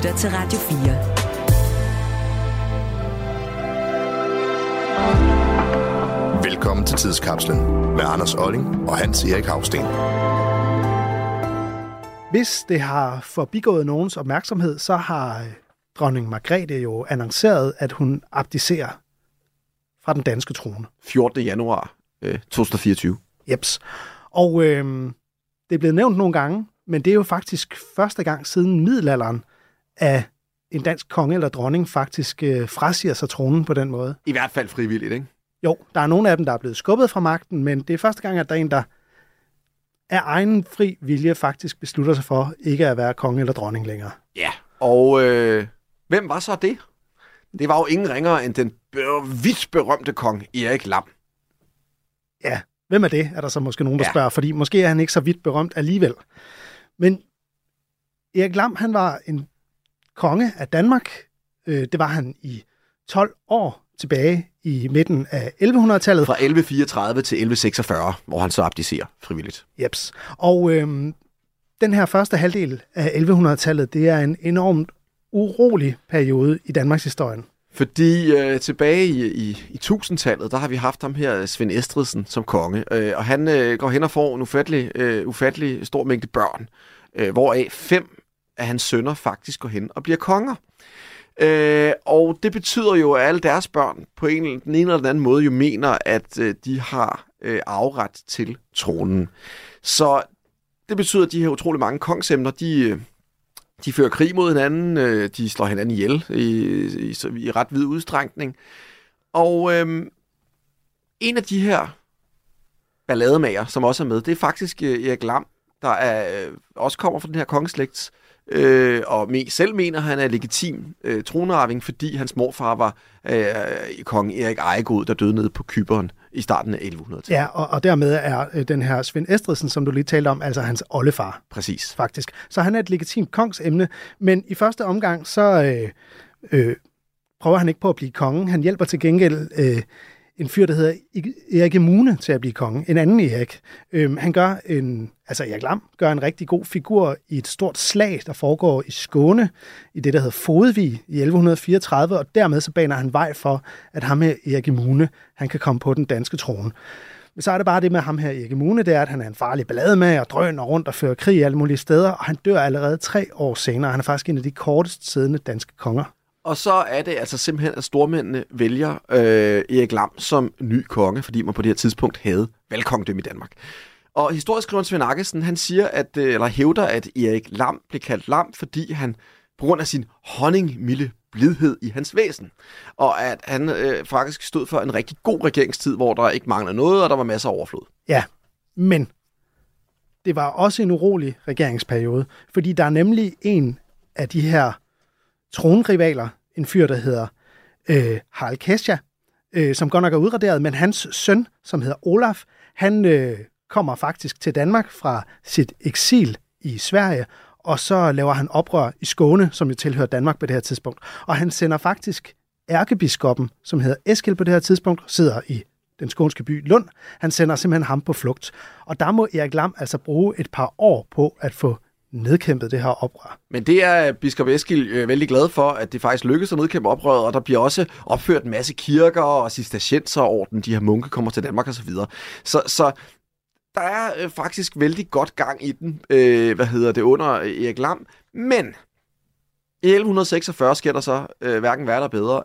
lytter til Radio 4. Velkommen til Tidskapslen med Anders Olling og Hans Erik Hausten. Hvis det har forbigået nogens opmærksomhed, så har dronning Margrethe jo annonceret, at hun abdicerer fra den danske trone. 14. januar 2024. Jeps. Og det er blevet nævnt nogle gange, men det er jo faktisk første gang siden middelalderen, at en dansk konge eller dronning faktisk frasiger sig tronen på den måde. I hvert fald frivilligt, ikke? Jo, der er nogle af dem, der er blevet skubbet fra magten, men det er første gang, at der er en, der af egen fri vilje faktisk beslutter sig for ikke at være konge eller dronning længere. Ja, og hvem var så det? Det var jo ingen ringere end den vidt berømte kong Erik Lam. Ja, hvem er det, er der så måske nogen, der spørger, fordi måske er han ikke så vidt berømt alligevel. Men Erik Lam, han var en konge af Danmark. Det var han i 12 år tilbage i midten af 1100-tallet. Fra 1134 til 1146, hvor han så abdicerer frivilligt. Jeps. Og den her første halvdel af 1100-tallet, det er en enormt urolig periode i Danmarks historien. Fordi tilbage i 1000-tallet, der har vi haft ham her, Svend Estridsen, som konge. Og han går hen og får en ufattelig stor mængde børn, hvoraf 5 af hans sønner faktisk går hen og bliver konger. Og det betyder jo, at alle deres børn på den ene eller den anden måde jo mener, at de har arveret til tronen. Så det betyder, at de her utrolig mange kongsemner, de fører krig mod hinanden, de slår hinanden ihjel i ret vid udstrækning. Og en af de her ballademager, som også er med, det er faktisk Erik Lam, der også kommer fra den her kongeslægt, og selv mener, han er legitim tronarving, fordi hans morfar var kong Erik Ejegod, der døde nede på Cypern i starten af 1100-tallet. Ja, og dermed er den her Svend Estridsen, som du lige talte om, altså hans oldefar. Præcis. Faktisk. Så han er et legitimt kongsemne, men i første omgang, så prøver han ikke på at blive konge. Han hjælper til gengæld en fyr, der hedder Erik Emune til at blive konge. En anden Erik. Erik Lam gør en rigtig god figur i et stort slag, der foregår i Skåne, i det, der hedder Fodvig i 1134, og dermed så baner han vej for, at ham her Erik Emune, han kan komme på den danske trone. Men så er det bare det med ham her Erik Emune, det er, at han er en farlig ballademager og drøner rundt og fører krig alle mulige steder, og han dør allerede 3 år senere. Han er faktisk en af de kortest siddende danske konger. Og så er det altså simpelthen, at stormændene vælger Erik Lam som ny konge, fordi man på det her tidspunkt havde valgkongedømme i Danmark. Og historieskriveren Svend Aggesen, han siger, hævder, at Erik Lam blev kaldt Lam, fordi han på grund af sin honningmilde blidhed i hans væsen. Og at han faktisk stod for en rigtig god regeringstid, hvor der ikke manglede noget, og der var masser af overflod. Ja, men det var også en urolig regeringsperiode, fordi der er nemlig en af de her tronrivaler, en fyr, der hedder Harald Kesja, som godt nok er udraderet, men hans søn, som hedder Olaf, han kommer faktisk til Danmark fra sit eksil i Sverige, og så laver han oprør i Skåne, som jo tilhører Danmark på det her tidspunkt. Og han sender faktisk ærkebiskoppen, som hedder Eskil på det her tidspunkt, sidder i den skånske by Lund. Han sender simpelthen ham på flugt. Og der må Erik Lam altså bruge et par år på at få nedkæmpet det her oprør. Men det er biskop Eskil vældig glad for, at det faktisk lykkedes at nedkæmpe oprøret, og der bliver også opført en masse kirker og cistercienserorden, de her munke kommer til Danmark osv. Så der er faktisk vældig godt gang i den, under Erik Lam, men i 1146 sker der så hverken værre eller bedre,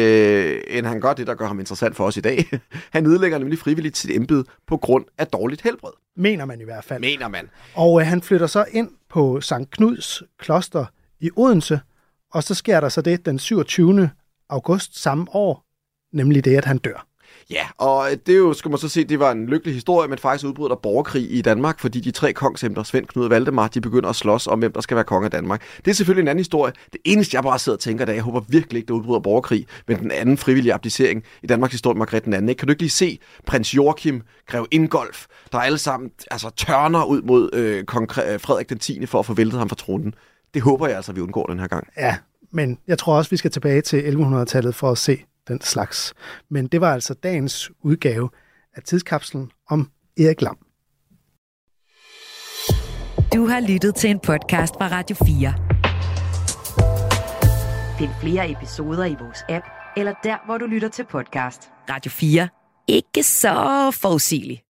end han gør det, der gør ham interessant for os i dag. Han nedlægger nemlig frivilligt sit embede på grund af dårligt helbred. Mener man i hvert fald. Mener man. Og han flytter så ind på Sankt Knuds kloster i Odense, og så sker der så det den 27. august samme år, nemlig det, at han dør. Ja, og det jo, skal man så se, det var en lykkelig historie, men faktisk udbryder der borgerkrig i Danmark, fordi de 3 kongsemter, Svend, Knud og Valdemar, de begynder at slås om, hvem der skal være konge af Danmark. Det er selvfølgelig en anden historie. Det eneste, jeg bare sidder og tænker, det er, jeg håber virkelig ikke, der udbryder borgerkrig, men den anden frivillige abdicering i Danmarks historie, Margrethe den anden. Ikke? Kan du ikke lige se prins Joachim, grev Ingolf, der alle sammen tørner ud mod kong Frederik den 10. for at få væltet ham fra tronen. Det håber jeg altså, vi undgår den her gang. Ja, men jeg tror også, vi skal tilbage til 1100-tallet for at se den slags. Men det var altså dagens udgave af Tidskapslen om Erik Lam. Du har lyttet til en podcast fra Radio 4. Find flere episoder i vores app, eller der, hvor du lytter til podcast. Radio 4. Ikke så forudsigeligt.